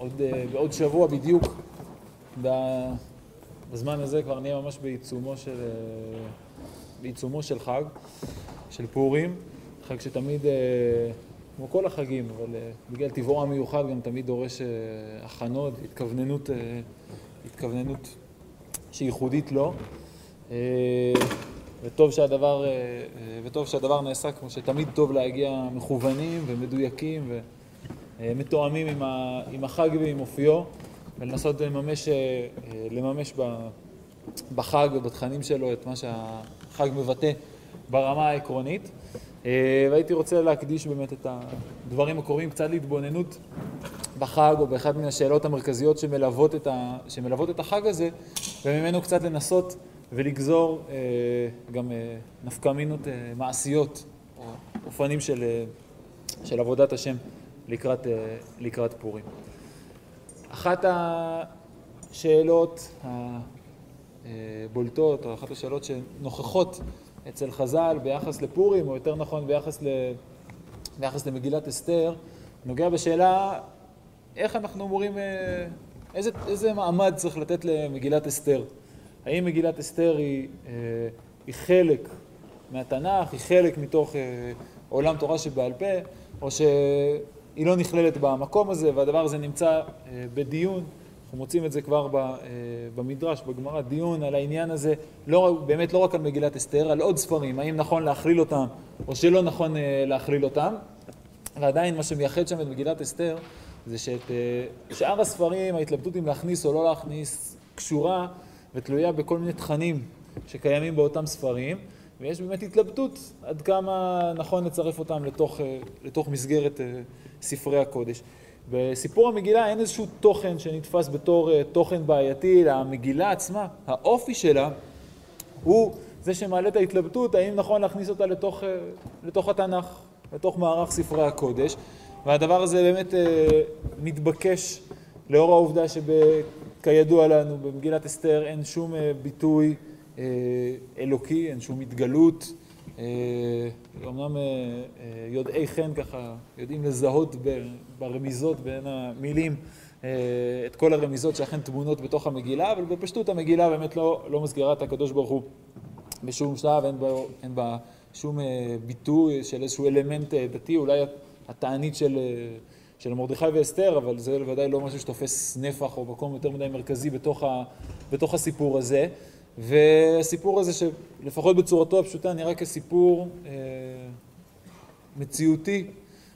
בעוד שבוע בדיוק, בזמן הזה כבר נהיה ממש בעיצומו של חג, של פורים, חג שתמיד, כמו כל החגים, אבל בגלל טבעו המיוחד גם תמיד דורש הכנות, התכווננות שייחודית לו. וטוב שהדבר נעשה כמו שתמיד טוב להגיע מכוונים ומדויקים ומתואמים עם החג ועם אופיו, ולנסות לממש בחג ובתכנים שלו את מה שהחג מבטא ברמה העקרונית. והייתי רוצה להקדיש באמת את הדברים הקוראים קצת להתבוננות בחג או באחד מן השאלות המרכזיות שמלוות את החג הזה, וממנו קצת לנסות ולגזור גם נפקמינות מעשיות או אופנים של עבודת השם לקראת פורים. אחת השאלות הבולטות או אחת השאלות שנוכחות אצל חז"ל ביחס לפורים, או יותר נכון ביחס למגילת אסתר, נוגע בשאלה איך אנחנו אומרים, איזה מעמד צריך לתת למגילת אסתר. האם מגילת אסתר היא חלק מהתנ"ך, היא חלק מתוך עולם תורה שבעל פה, או שהיא לא נכללת במקום הזה, והדבר הזה נמצא בדיון. אנחנו מוצאים את זה כבר במדרש, בגמרא, דיון על העניין הזה, באמת לא רק על מגילת אסתר, על עוד ספרים, האם נכון להכליל אותם או שלא נכון להכליל אותם. ועדיין מה שמייחד שם את מגילת אסתר זה שאת שאר הספרים, ההתלבטות אם להכניס או לא להכניס, קשורה ותלויה בכל מיני תכנים שקיימים באותם ספרים, ויש באמת התלבטות עד כמה נכון לצרף אותם לתוך מסגרת ספרי הקודש. בסיפור המגילה אין איזשהו תוכן שנתפס בתור תוכן בעייתי, למגילה עצמה, האופי שלה הוא זה שמעלה את ההתלבטות, האם נכון להכניס אותה לתוך התנ"ך, לתוך מערך ספרי הקודש, והדבר הזה באמת מתבקש לאור העובדה שכידוע לנו במגילת אסתר אין שום ביטוי אלוקי, אין שום התגלות. אמנם יודעי חן ככה יודעים לזהות ברמיזות בין המילים את כל הרמיזות שאכן תמונות בתוך המגילה, אבל בפשטות המגילה באמת לא מזכירה את הקדוש ברוך הוא בשום שלב, אין בה שום ביטוי של איזשהו אלמנט דתי, אולי התענית של מרדכי ואסתר, אבל זה לוודאי לא משהו שתופס נפח או מקום יותר מדי מרכזי בתוך הסיפור הזה. והסיפור הזה שלפחות בצורתו הפשוטה נראה כסיפור מציאותי,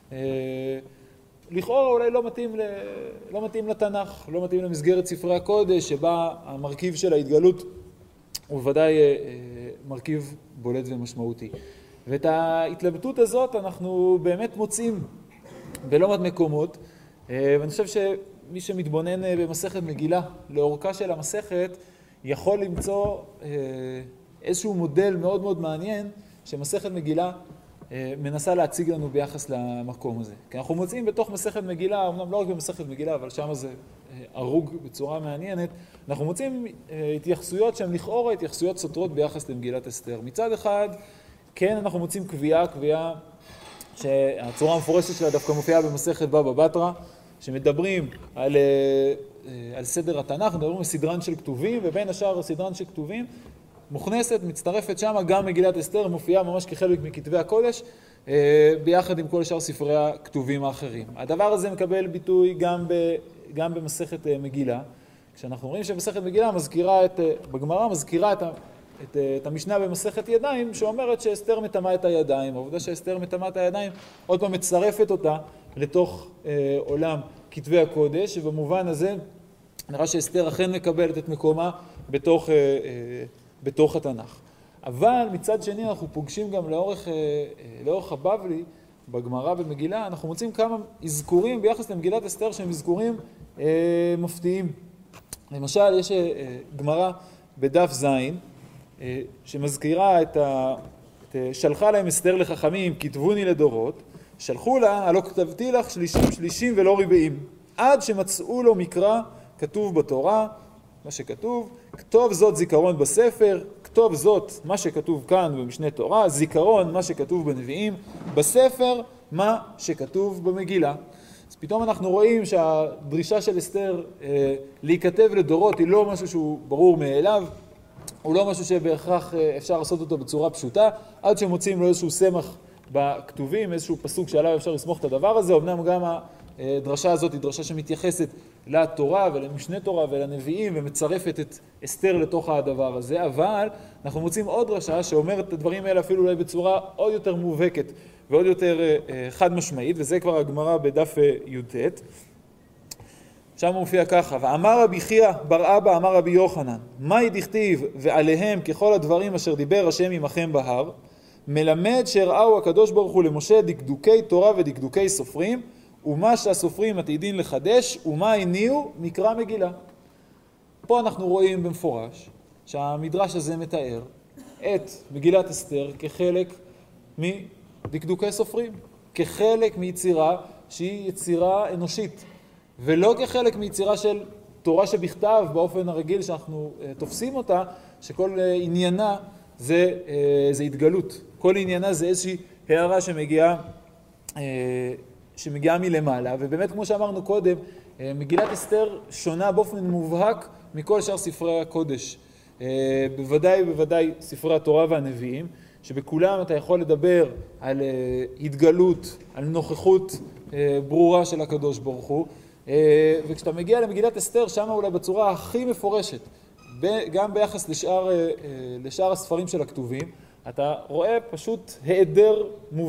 לכאורה אולי לא מתאים לתנ"ך, לא מתאים למסגרת ספרי הקודש, שבה המרכיב של ההתגלות הוא בוודאי מרכיב בולט ומשמעותי. ואת ההתלבטות הזאת אנחנו באמת מוצאים בלא מעט מקומות, ואני חושב שמי שמתבונן במסכת מגילה לאורכה של המסכת, יכול למצוא איזשהו מודל מאוד מאוד מעניין שמסכת מגילה מנסה להציג לנו ביחס למקום הזה. כי אנחנו מוצאים בתוך מסכת מגילה, אמנם לא רק במסכת מגילה, אבל שם זה ארוג בצורה מעניינת, אנחנו מוצאים התייחסויות שהן לכאורה התייחסויות סותרות ביחס למגילת אסתר. מצד אחד, כן אנחנו מוצאים קביעה שהצורה המפורשת שלה דווקא מופיעה במסכת בבא בתרא, שמדברים על סדר התנ"ך, מדברים על סדרן של כתובים, ובין השאר הסדרן של כתובים מוכנסת, מצטרפת שם, גם מגילת אסתר מופיעה ממש כחלק מכתבי הקודש, ביחד עם כל שאר ספרי הכתובים האחרים. הדבר הזה מקבל ביטוי גם במסכת מגילה, כשאנחנו רואים שמסכת מגילה בגמרא מזכירה את המשנה במסכת ידיים, שאומרת שאסתר מטמאה את הידיים. העובדה שאסתר מטמאה את הידיים עוד פעם מצרפת אותה לתוך עולם כתבי הקודש, ובמובן הזה נראה שאסתר אכן מקבלת את מקומה בתוך התנ"ך. אבל מצד שני אנחנו פוגשים גם לאורך הבבלי, בגמרא במגילה, אנחנו מוצאים כמה אזכורים ביחס למגילת אסתר שהם אזכורים מפתיעים. למשל, יש גמרא בדף זין, שמזכירה שלחה להם אסתר לחכמים, כתבוני לדורות, שלחו לה, הלא כתבתי לך שלישים ולא ריבעים, עד שמצאו לו מקרא כתוב בתורה, מה שכתוב, כתוב זאת זיכרון בספר, כתוב זאת מה שכתוב כאן במשנה תורה, זיכרון מה שכתוב בנביאים, בספר מה שכתוב במגילה. אז פתאום אנחנו רואים שהדרישה של אסתר להיכתב לדורות היא לא משהו שהוא ברור מאליו, הוא לא משהו שבהכרח אפשר לעשות אותו בצורה פשוטה, עד שמוצאים לו איזשהו סמך בכתובים, איזשהו פסוק שעליו אפשר לסמוך את הדבר הזה. אמנם גם הדרשה הזאת היא דרשה שמתייחסת לתורה ולמשנה תורה ולנביאים ומצרפת את אסתר לתוך הדבר הזה, אבל אנחנו מוצאים עוד דרשה שאומרת את הדברים האלה אפילו אולי בצורה עוד יותר מובהקת ועוד יותר חד משמעית, וזה כבר הגמרא בדף י"ט. שם מופיע ככה: ואמר רבי חייא בר אבא אמר רבי יוחנן, מהי דכתיב ועליהם ככל הדברים אשר דיבר השם עמכם בהר, מלמד שהראו הקדוש ברוך הוא למשה דקדוקי תורה ודקדוקי סופרים, ומה שהסופרים עתידין לחדש ומה הניעו מקרא מגילה. פה אנחנו רואים במפורש שהמדרש הזה מתאר את מגילת אסתר כחלק מדקדוקי סופרים, כחלק מיצירה שהיא יצירה אנושית, ולא כחלק מיצירה של תורה שבכתב באופן הרגיל שאנחנו תופסים אותה, שכל עניינה זה התגלות. כל עניינה זה איזושהי הערה שמגיעה מלמעלה, ובאמת כמו שאמרנו קודם, מגילת אסתר שונה באופן מובהק מכל שאר ספרי הקודש. בוודאי ספרי התורה והנביאים, שבכולם אתה יכול לדבר על התגלות, על נוכחות ברורה של הקדוש ברוך הוא, וכשאתה מגיע למגילת אסתר, שם אולי בצורה הכי מפורשת, גם ביחס לשאר הספרים של הכתובים, אתה רואה פשוט היעדר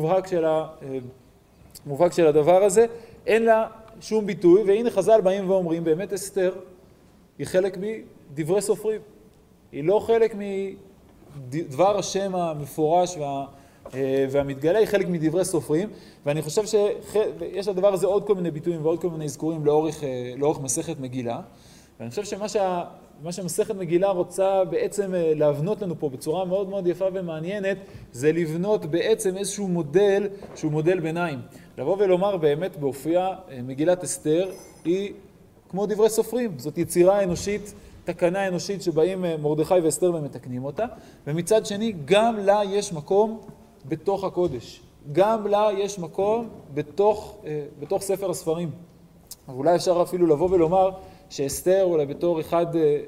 מובהק של הדבר הזה, אין לה שום ביטוי, והנה חז"ל באים ואומרים, באמת אסתר היא חלק מדברי סופרים, היא לא חלק מדבר השם המפורש והמתגלה, היא חלק מדברי סופרים, ואני חושב שיש לדבר הזה עוד כל מיני ביטויים ועוד כל מיני אזכורים לאורך מסכת מגילה, ואני חושב מה שמסכת מגילה רוצה בעצם להבנות לנו פה בצורה מאוד מאוד יפה ומעניינת, זה לבנות בעצם איזשהו מודל שהוא מודל ביניים. לבוא ולומר באמת באופייה מגילת אסתר היא כמו דברי סופרים, זאת יצירה אנושית, תקנה אנושית שבאים מרדכי ואסתר ומתקנים אותה, ומצד שני גם לה יש מקום בתוך הקודש, גם לה יש מקום בתוך ספר הספרים. אולי אפשר אפילו לבוא ולומר שאסתר אולי בתור אחד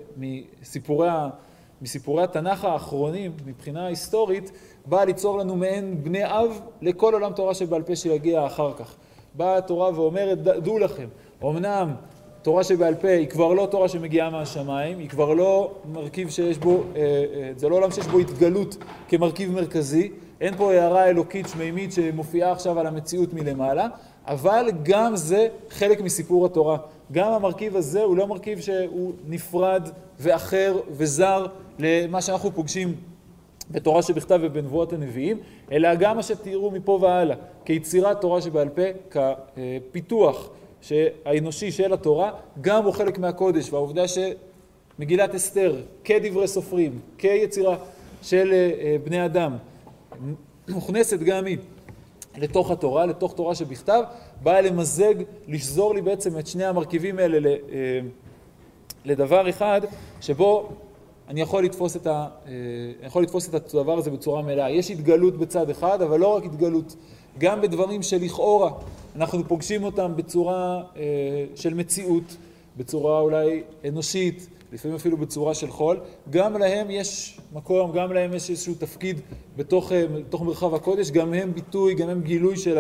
מסיפורי התנ"ך האחרונים מבחינה היסטורית, באה ליצור לנו מעין בני אב לכל עולם תורה שבעל פה שיגיע אחר כך. באה התורה ואומרת, דעו לכם, אמנם תורה שבעל פה היא כבר לא תורה שמגיעה מהשמיים, היא כבר לא מרכיב שיש בו, זה לא עולם שיש בו התגלות כמרכיב מרכזי, אין פה הערה אלוקית שמימית שמופיעה עכשיו על המציאות מלמעלה, אבל גם זה חלק מסיפור התורה. גם המרכיב הזה הוא לא מרכיב שהוא נפרד ואחר וזר למה שאנחנו פוגשים בתורה שבכתב ובנבואות הנביאים, אלא גם מה שתראו מפה והלאה, כיצירת תורה שבעל פה, כפיתוח האנושי של התורה, גם הוא חלק מהקודש, והעובדה שמגילת אסתר, כדברי סופרים, כיצירה של בני אדם, מוכנסת גם היא לתוך התורה, לתוך תורה שבכתב, באה למזג, לשזור לי בעצם את שני המרכיבים האלה לדבר אחד, שבו אני יכול לתפוס את הדבר הזה בצורה מלאה. יש התגלות בצד אחד, אבל לא רק התגלות, גם בדברים שלכאורה אנחנו פוגשים אותם בצורה של מציאות, בצורה אולי אנושית, לפעמים אפילו בצורה של חול, גם להם יש מקום, גם להם יש איזשהו תפקיד בתוך מרחב הקודש, גם הם ביטוי, גם הם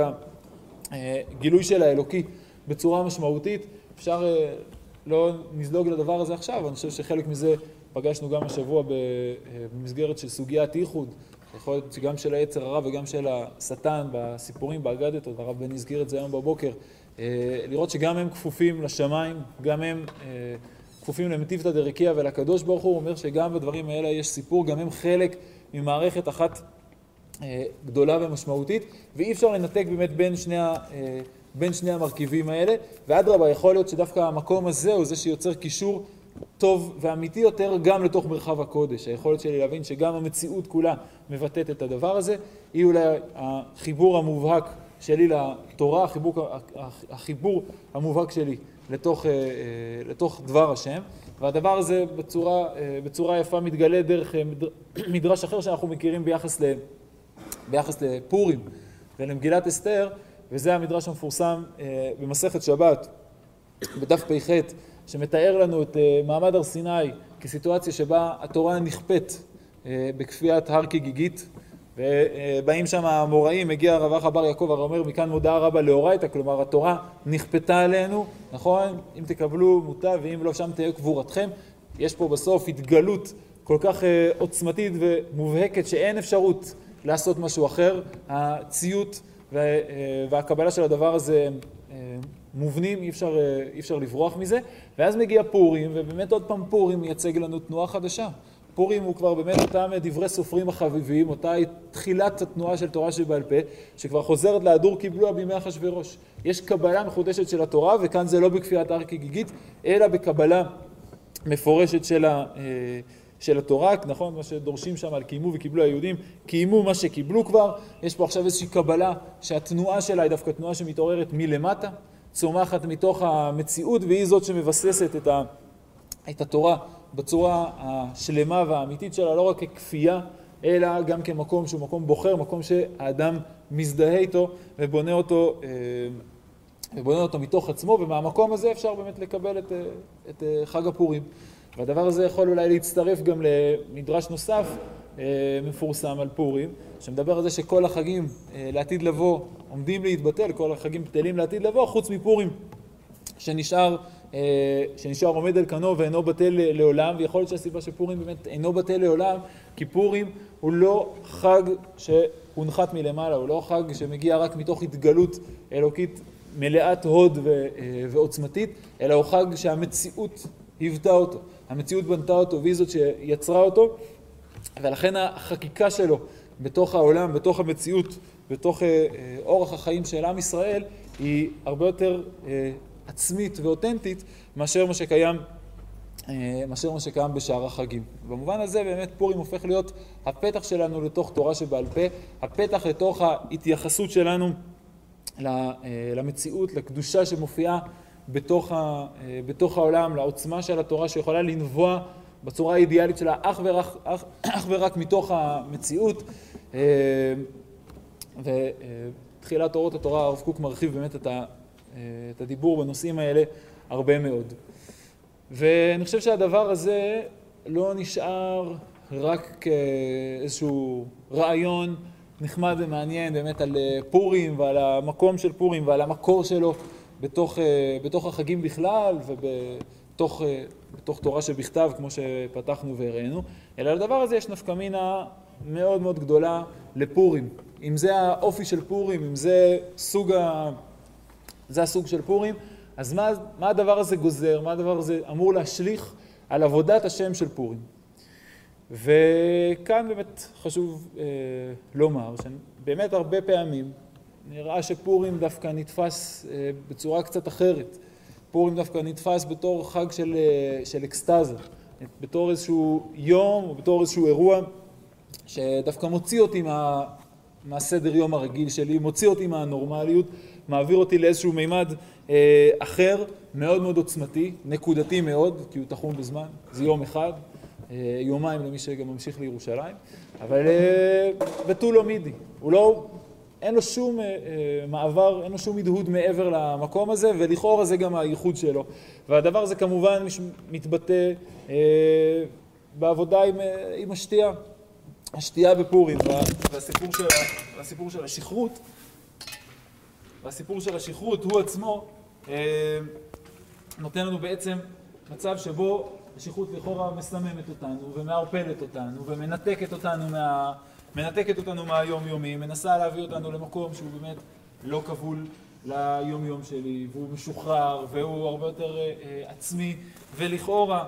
גילוי של האלוקי בצורה משמעותית. אפשר לא נזלוג לדבר הזה עכשיו, אני חושב שחלק מזה פגשנו גם השבוע במסגרת של סוגיית ייחוד, יכול להיות שגם של היצר הרע וגם של השטן בסיפורים באגדתות, הרב בן הזכיר את זה היום בבוקר, לראות שגם הם כפופים לשמיים, גם הם כפופים למטיבתא דרקיע ולקדוש ברוך הוא. הוא אומר שגם בדברים האלה יש סיפור, גם הם חלק ממערכת אחת גדולה ומשמעותית, ואי אפשר לנתק באמת בין שני המרכיבים האלה, ואדרבה, יכול להיות שדווקא המקום הזה הוא זה שיוצר קישור טוב ואמיתי יותר גם לתוך מרחב הקודש. היכולת שלי להבין שגם המציאות כולה מבטאת את הדבר הזה, היא אולי החיבור המובהק שלי לתורה, החיבור המובהק שלי לתוך דבר השם, והדבר הזה בצורה יפה מתגלה דרך מדרש אחר שאנחנו מכירים ביחס לפורים ולמגילת אסתר, וזה המדרש המפורסם במסכת שבת, בדף פ"ח, שמתאר לנו את מעמד הר סיני כסיטואציה שבה התורה נכפית בכפיית הר כגיגית, ובאים שם המוראים, מגיע הרב אחא בר יעקב אומר, מכאן מודעה רבה לאורייתא, כלומר התורה נכפתה עלינו, נכון? אם תקבלו מוטב ואם לא שם תהיה קבורתכם. יש פה בסוף התגלות כל כך עוצמתית ומובהקת שאין אפשרות לעשות משהו אחר. הציות והקבלה של הדבר הזה מובנים, אי אפשר לברוח מזה. ואז מגיע פורים, ובאמת עוד פעם פורים מייצג לנו תנועה חדשה. פורים הוא כבר באמת אותם דברי סופרים החביבים, אותה תחילת התנועה של תורה שבעל פה, שכבר חוזרת להדור קיבלוה בימי אחשוורוש. יש קבלה מחודשת של התורה, וכאן זה לא בכפיית הר כגיגית, אלא בקבלה מפורשת של התורה, נכון? מה שדורשים שם על קיימו וקיבלו היהודים, קיימו מה שקיבלו כבר. יש פה עכשיו איזושהי קבלה שהתנועה שלה היא דווקא תנועה שמתעוררת מלמטה, צומחת מתוך המציאות, והיא זאת שמבססת את התורה בצורה השלמה והאמיתית שלה, לא רק ככפייה, אלא גם כמקום שהוא מקום בוחר, מקום שהאדם מזדהה איתו ובונה אותו מתוך עצמו, ומהמקום הזה אפשר באמת לקבל את חג הפורים. והדבר הזה יכול אולי להצטרף גם למדרש נוסף מפורסם על פורים, שמדבר על זה שכל החגים לעתיד לבוא עומדים להתבטל, כל החגים בטלים לעתיד לבוא, חוץ מפורים שנשאר עומד על כנו ואינו בטל לעולם. ויכול להיות שהסיבה שפורים באמת אינו בטל לעולם, כי פורים הוא לא חג שהונחת מלמעלה, הוא לא חג שמגיע רק מתוך התגלות אלוקית מלאת הוד ועוצמתית, אלא הוא חג שהמציאות היוותה אותו, המציאות בנתה אותו והיא זאת שיצרה אותו, ולכן החקיקה שלו בתוך העולם, בתוך המציאות, בתוך אורח החיים של עם ישראל, היא הרבה יותר עצמית ואותנטית מאשר מה שקיים בשאר החגים. במובן הזה באמת פורים הופך להיות הפתח שלנו לתוך תורה שבעל פה, הפתח לתוך ההתייחסות שלנו למציאות, לקדושה שמופיעה בתוך העולם, לעוצמה של התורה שיכולה לנבוע בצורה האידיאלית שלה אך ורק מתוך המציאות. ותחילת אורות התורה, הרב קוק מרחיב באמת את הדיבור בנושאים האלה הרבה מאוד. ואני חושב שהדבר הזה לא נשאר רק כאיזשהו רעיון נחמד ומעניין באמת על פורים ועל המקום של פורים ועל המקור שלו בתוך החגים בכלל ובתוך תורה שבכתב, כמו שפתחנו והראינו, אלא לדבר הזה יש נפקא מינה מאוד מאוד גדולה לפורים. אם זה האופי של פורים, אם זה הסוג של פורים, אז מה הדבר הזה גוזר, מה הדבר הזה אמור להשליך על עבודת השם של פורים. וכאן באמת חשוב לומר שבאמת הרבה פעמים נראה שפורים דווקא נתפס בצורה קצת אחרת. פורים דווקא נתפס בתור חג של אקסטאזה, בתור איזשהו יום או בתור איזשהו אירוע שדווקא מוציא אותי מהסדר יום הרגיל שלי, מוציא אותי מהנורמליות, מעביר אותי לאיזשהו מימד אחר, מאוד מאוד עוצמתי, נקודתי מאוד, כי הוא תחום בזמן, זה יום אחד, יומיים למי שגם ממשיך לירושלים, אבל ותו לא מידי, אין לו שום מעבר, אין לו שום הדהוד מעבר למקום הזה, ולכאורה זה גם הייחוד שלו. והדבר הזה כמובן מתבטא בעבודה עם השתייה בפורים, והסיפור של השכרות, והסיפור של השכרות הוא עצמו נותן לנו בעצם מצב שבו השכרות לכאורה מסממת אותנו ומערפלת אותנו ומנתקת אותנו מהיום-יומי, מנסה להביא אותנו למקום שהוא באמת לא כבול ליום-יום שלי, והוא משוחרר והוא הרבה יותר עצמי ולכאורה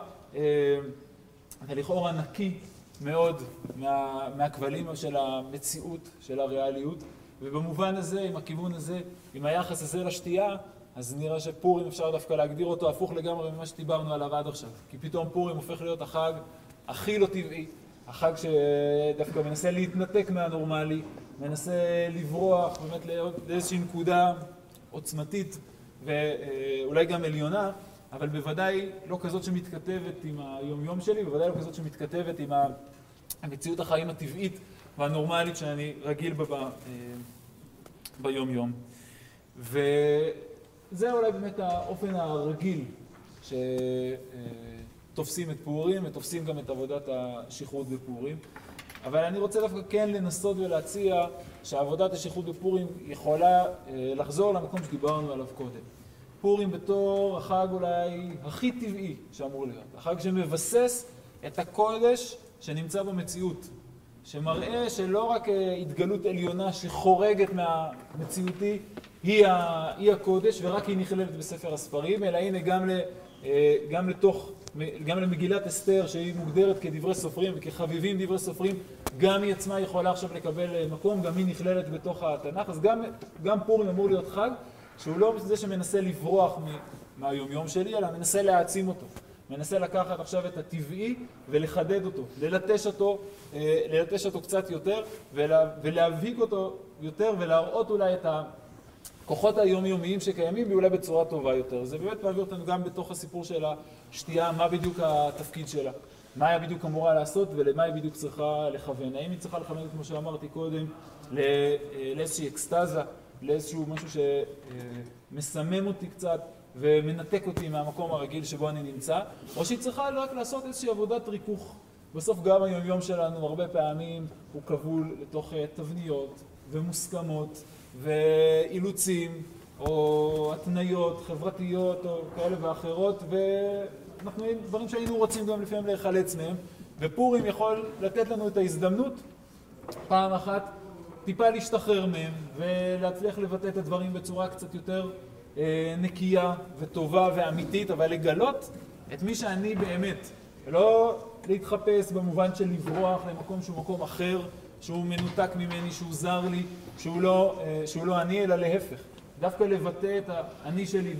נקי מאוד מהכבלים של המציאות, של הריאליות. ובמובן הזה, עם הכיוון הזה, עם היחס הזה לשתייה, אז נראה שפורים אפשר דווקא להגדיר אותו הפוך לגמרי ממה שדיברנו עליו עד עכשיו. כי פתאום פורים הופך להיות החג הכי לא טבעי, החג שדווקא מנסה להתנתק מהנורמלי, מנסה לברוח באמת לאיזושהי נקודה עוצמתית ואולי גם עליונה, אבל בוודאי לא כזאת שמתכתבת עם היום-יום שלי, בוודאי לא כזאת שמתכתבת עם המציאות החיים הטבעית והנורמלית שאני רגיל בה ביום-יום. וזה אולי באמת האופן הרגיל שתופסים את פורים ותופסים גם את עבודת השכרות בפורים. אבל אני רוצה דווקא כן לנסות ולהציע שעבודת השכרות בפורים יכולה לחזור למקום שדיברנו עליו קודם. פורים בתור החג אולי הכי טבעי שאמור להיות. החג שמבסס את הקודש שנמצא במציאות. שמראה שלא רק התגלות עליונה שחורגת מהמציאותי היא הקודש ורק היא נכללת בספר הספרים, אלא הנה גם למגילת אסתר שהיא מוגדרת כדברי סופרים וכחביבים דברי סופרים, גם היא עצמה יכולה עכשיו לקבל מקום, גם היא נכללת בתוך התנ"ך. אז גם פורים אמור להיות חג שהוא לא זה שמנסה לברוח מהיומיום שלי, אלא מנסה להעצים אותו. מנסה לקחת עכשיו את הטבעי ולחדד אותו, ללטש אותו קצת יותר ולהבהיק אותו יותר ולהראות אולי את הכוחות היומיומיים שקיימים ואולי בצורה טובה יותר. זה באמת מעביר אותנו גם בתוך הסיפור של השתייה, מה בדיוק התפקיד שלה, מה היה בדיוק אמורה לעשות ולמה היא בדיוק צריכה לכוון. האם היא צריכה לכוון, כמו שאמרתי קודם, לאיזושהי אקסטזה, לאיזשהו משהו שמסמם אותי קצת ומנתק אותי מהמקום הרגיל שבו אני נמצא, או שהיא צריכה רק לעשות איזושהי עבודת ריכוך. בסוף גם היום שלנו הרבה פעמים הוא כבול לתוך תבניות ומוסכמות ואילוצים או התניות חברתיות או כאלה ואחרות, ואנחנו דברים שהיינו רוצים גם לפעמים להיחלץ מהם, ופורים יכול לתת לנו את ההזדמנות פעם אחת טיפה להשתחרר מהם ולהצליח לבטא את הדברים בצורה קצת יותר נקייה וטובה ואמיתית, אבל לגלות את מי שאני באמת, ולא להתחפש במובן של לברוח למקום שהוא מקום אחר, שהוא מנותק ממני, שהוא זר לי, שהוא לא אני, אלא להפך. דווקא לבטא את האני שלי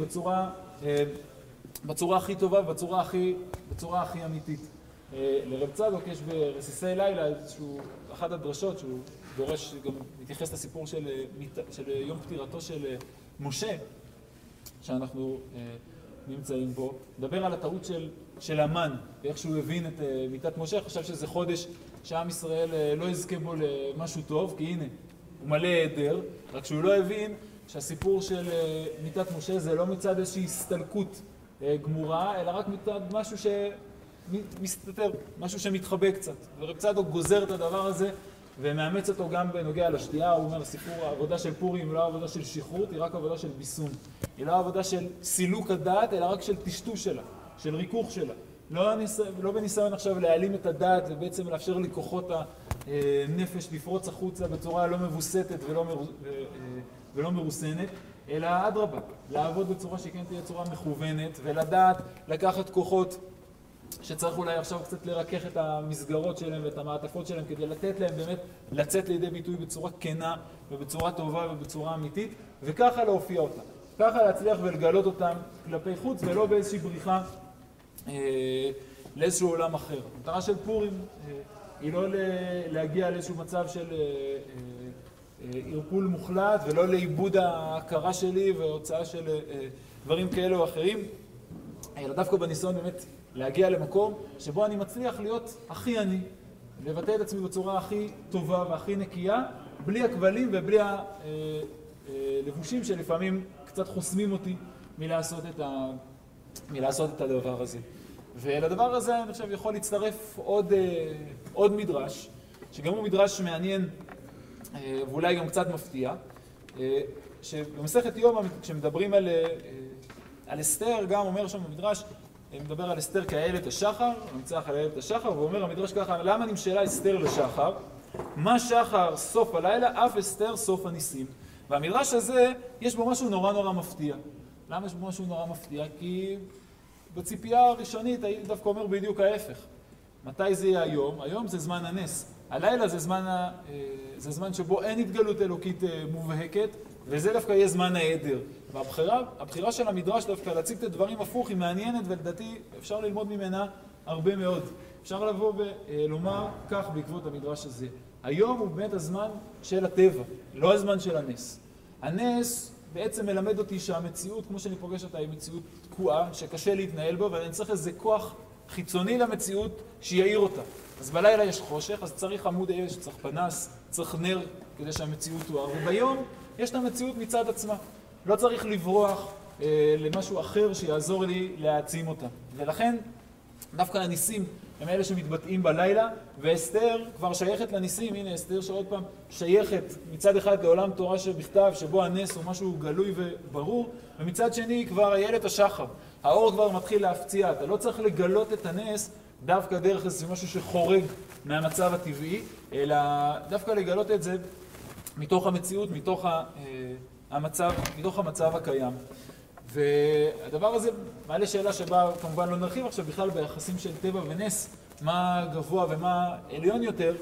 בצורה הכי טובה ובצורה הכי אמיתית. לרב צדוק יש ברסיסי לילה אחת הדרשות שהוא דורש, גם מתייחס לסיפור של יום פטירתו של משה, שאנחנו נמצאים בו, מדבר על הטעות של המן, ואיך שהוא הבין את מיתת משה, חשב שזה חודש שעם ישראל לא יזכה בו למשהו טוב, כי הנה, הוא מלא עדר, רק שהוא לא הבין שהסיפור של מיתת משה זה לא מצד איזושהי הסתלקות גמורה, אלא רק מצד משהו שמסתתר, משהו שמתחבא קצת. ורב צדוק גוזר את הדבר הזה ומאמץ אותו גם בנוגע לשתייה. הוא אומר, סיפור העבודה של פורים היא לא עבודה של שכרות, היא רק עבודה של ביסום. היא לא עבודה של סילוק הדעת, אלא רק של טשטוש שלה, של ריכוך שלה. לא בניסיון עכשיו להעלים את הדעת ובעצם לאפשר לכוחות הנפש לפרוץ החוצה בצורה לא מבוסתת ולא מרוסנת, אלא אדרבה, לעבוד בצורה שכן תהיה צורה מכוונת ולדעת לקחת כוחות שצריך אולי עכשיו קצת לרכך את המסגרות שלהם ואת המעטפות שלהם כדי לתת להם באמת לצאת לידי ביטוי בצורה כנה ובצורה טובה ובצורה אמיתית, וככה להופיע אותם. ככה להצליח ולגלות אותם כלפי חוץ ולא באיזושהי בריחה לאיזשהו עולם אחר. המטרה של פורים היא לא להגיע לאיזשהו מצב של ערפול מוחלט ולא לאיבוד ההכרה שלי והוצאה של דברים כאלה או אחרים, אלא דווקא בניסיון באמת להגיע למקום שבו אני מצליח להיות הכי אני, לבטא את עצמי בצורה הכי טובה והכי נקייה, בלי הכבלים ובלי הלבושים שלפעמים קצת חוסמים אותי מלעשות את הדבר הזה. ולדבר הזה אני חושב יכול להצטרף עוד מדרש, שגם הוא מדרש מעניין ואולי גם קצת מפתיע, שבמסכת יומא כשמדברים על אסתר, גם אומר שם במדרש, מדבר על אסתר כאיילת השחר, מנצח על איילת השחר, ואומר המדרש ככה, למה נמשלה אסתר לשחר? מה שחר סוף הלילה, אף אסתר סוף הניסים. והמדרש הזה, יש בו משהו נורא מפתיע. למה יש בו משהו נורא מפתיע? כי בציפייה הראשונית, הייתי דווקא אומר בדיוק ההפך. מתי זה יהיה היום? היום זה זמן הנס. הלילה זה זמן שבו אין התגלות אלוקית מובהקת, וזה דווקא יהיה זמן העדר. והבחירה של המדרש דווקא להציג את הדברים הפוך היא מעניינת, ולדעתי אפשר ללמוד ממנה הרבה מאוד. אפשר לבוא ולומר כך בעקבות המדרש הזה. היום הוא באמת הזמן של הטבע, לא הזמן של הנס. הנס בעצם מלמד אותי שהמציאות, כמו שאני פוגש אותה, היא מציאות תקועה, שקשה להתנהל בה, ואני צריך איזה כוח חיצוני למציאות שיעיר אותה. אז בלילה יש חושך, אז צריך עמוד אש, צריך פנס, צריך נר, כדי שהמציאות תואר. וביום יש את המציאות מצד עצמה. לא צריך לברוח למשהו אחר שיעזור לי להעצים אותה. ולכן דווקא הניסים הם אלה שמתבטאים בלילה, ואסתר כבר שייכת לניסים. הנה אסתר שעוד פעם שייכת מצד אחד לעולם תורה שבכתב, שבו הנס הוא משהו גלוי וברור, ומצד שני כבר איילת השחר. האור כבר מתחיל להפציע, אתה לא צריך לגלות את הנס דווקא דרך איזה משהו שחורג מהמצב הטבעי, אלא דווקא לגלות את זה מתוך המציאות, מתוך המצב הקיים. והדבר הזה מעלה שאלה שבה כמובן לא נרחיב עכשיו בכלל ביחסים של טבע ונס, מה גבוה ומה עליון יותר.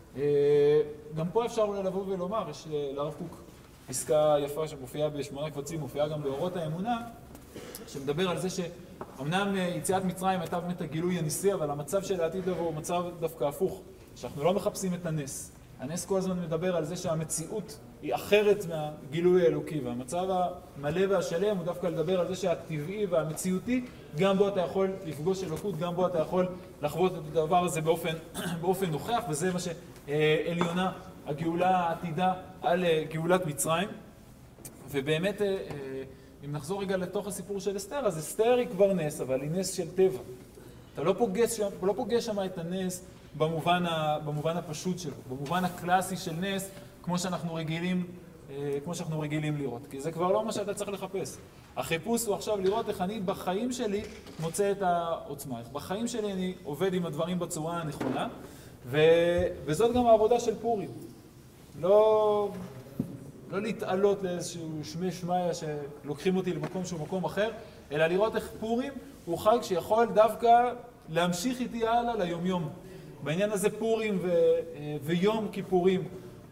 גם פה אפשר אולי לבוא ולומר, יש לרב קוק פסקה יפה שמופיעה בשמונה קבצים, מופיעה גם באורות האמונה, שמדבר על זה שאומנם יציאת מצרים הייתה באמת הגילוי הניסי, אבל המצב של העתיד לבוא הוא מצב דווקא הפוך, שאנחנו לא מחפשים את הנס. הנס כל הזמן מדבר על זה שהמציאות היא אחרת מהגילוי האלוקי, והמצב המלא והשלם הוא דווקא לדבר על זה שהטבעי והמציאותי, גם בו אתה יכול לפגוש אלוקות, גם בו אתה יכול לחוות את הדבר הזה באופן נוכח, וזה מה שעליונה הגאולה העתידה על גאולת מצרים. ובאמת, אם נחזור רגע לתוך הסיפור של אסתר, אז אסתר היא כבר נס, אבל היא נס של טבע. אתה לא פוגש שם את הנס במובן הפשוט שלו, במובן הקלאסי של נס, כמו שאנחנו רגילים לראות. כי זה כבר לא מה שאתה צריך לחפש. החיפוש הוא עכשיו לראות איך אני בחיים שלי מוצא את העוצמה. איך בחיים שלי אני עובד עם הדברים בצורה הנכונה, וזאת גם העבודה של פורים. לא להתעלות לאיזשהו שמי שמיה שלוקחים אותי למקום שהוא מקום אחר, אלא לראות איך פורים הוא חג שיכול דווקא להמשיך איתי הלאה ליומיום. בעניין הזה פורים ויום כיפורים,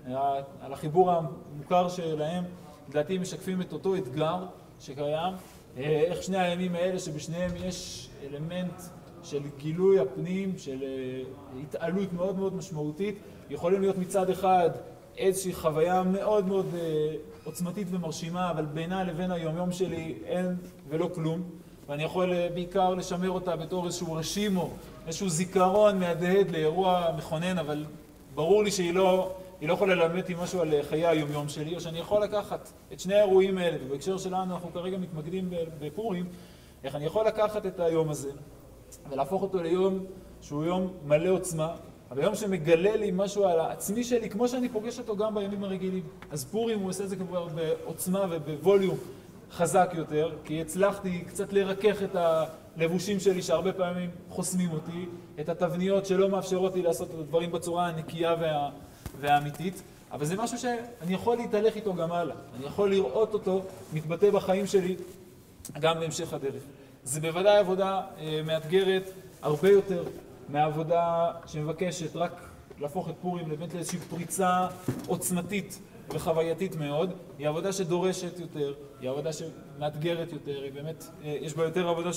על החיבור המוכר שלהם, לדעתי משקפים את אותו אתגר שקיים, איך שני הימים האלה שבשניהם יש אלמנט של גילוי הפנים, של התעלות מאוד מאוד משמעותית, יכולים להיות מצד אחד איזושהי חוויה מאוד מאוד עוצמתית ומרשימה, אבל בינה לבין היומיום שלי אין ולא כלום, ואני יכול בעיקר לשמר אותה בתור איזשהו רשימו, איזשהו זיכרון מהדהד לאירוע מכונן, אבל ברור לי שהיא לא יכולה ללמד אותי משהו על חיי היומיום שלי, או שאני יכול לקחת את שני האירועים האלה, ובהקשר שלנו אנחנו כרגע מתמקדים בפורים, איך אני יכול לקחת את היום הזה ולהפוך אותו ליום שהוא יום מלא עוצמה, אבל יום שמגלה לי משהו על העצמי שלי, כמו שאני פוגש אותו גם בימים הרגילים. אז פורים הוא עושה את זה כבר בעוצמה ובווליום חזק יותר, כי הצלחתי קצת לרכך את הלבושים שלי שהרבה פעמים חוסמים אותי, את התבניות שלא מאפשרות לי לעשות את הדברים בצורה הנקייה והאמיתית, אבל זה משהו שאני יכול להתהלך איתו גם הלאה. אני יכול לראות אותו מתבטא בחיים שלי גם בהמשך הדרך. זה בוודאי עבודה מאתגרת הרבה יותר מהעבודה שמבקשת רק להפוך את פורים לבית לאיזושהי פריצה עוצמתית וחווייתית מאוד. היא עבודה שדורשת יותר, היא עבודה שמאתגרת יותר, היא באמת, יש בה יותר עבודה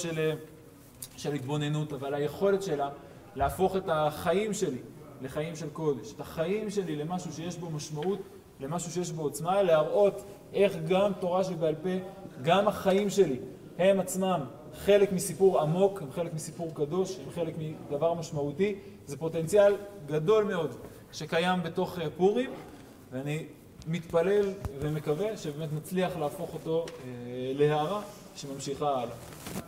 של התבוננות, אבל היכולת שלה להפוך את החיים שלי לחיים של קודש, את החיים שלי למשהו שיש בו משמעות, למשהו שיש בו עוצמה, להראות איך גם תורה שבעל פה, גם החיים שלי הם עצמם חלק מסיפור עמוק, הם חלק מסיפור קדוש, הם חלק מדבר משמעותי. זה פוטנציאל גדול מאוד שקיים בתוך פורים, ואני מתפלל ומקווה שבאמת נצליח להפוך אותו להערה שממשיכה הלאה.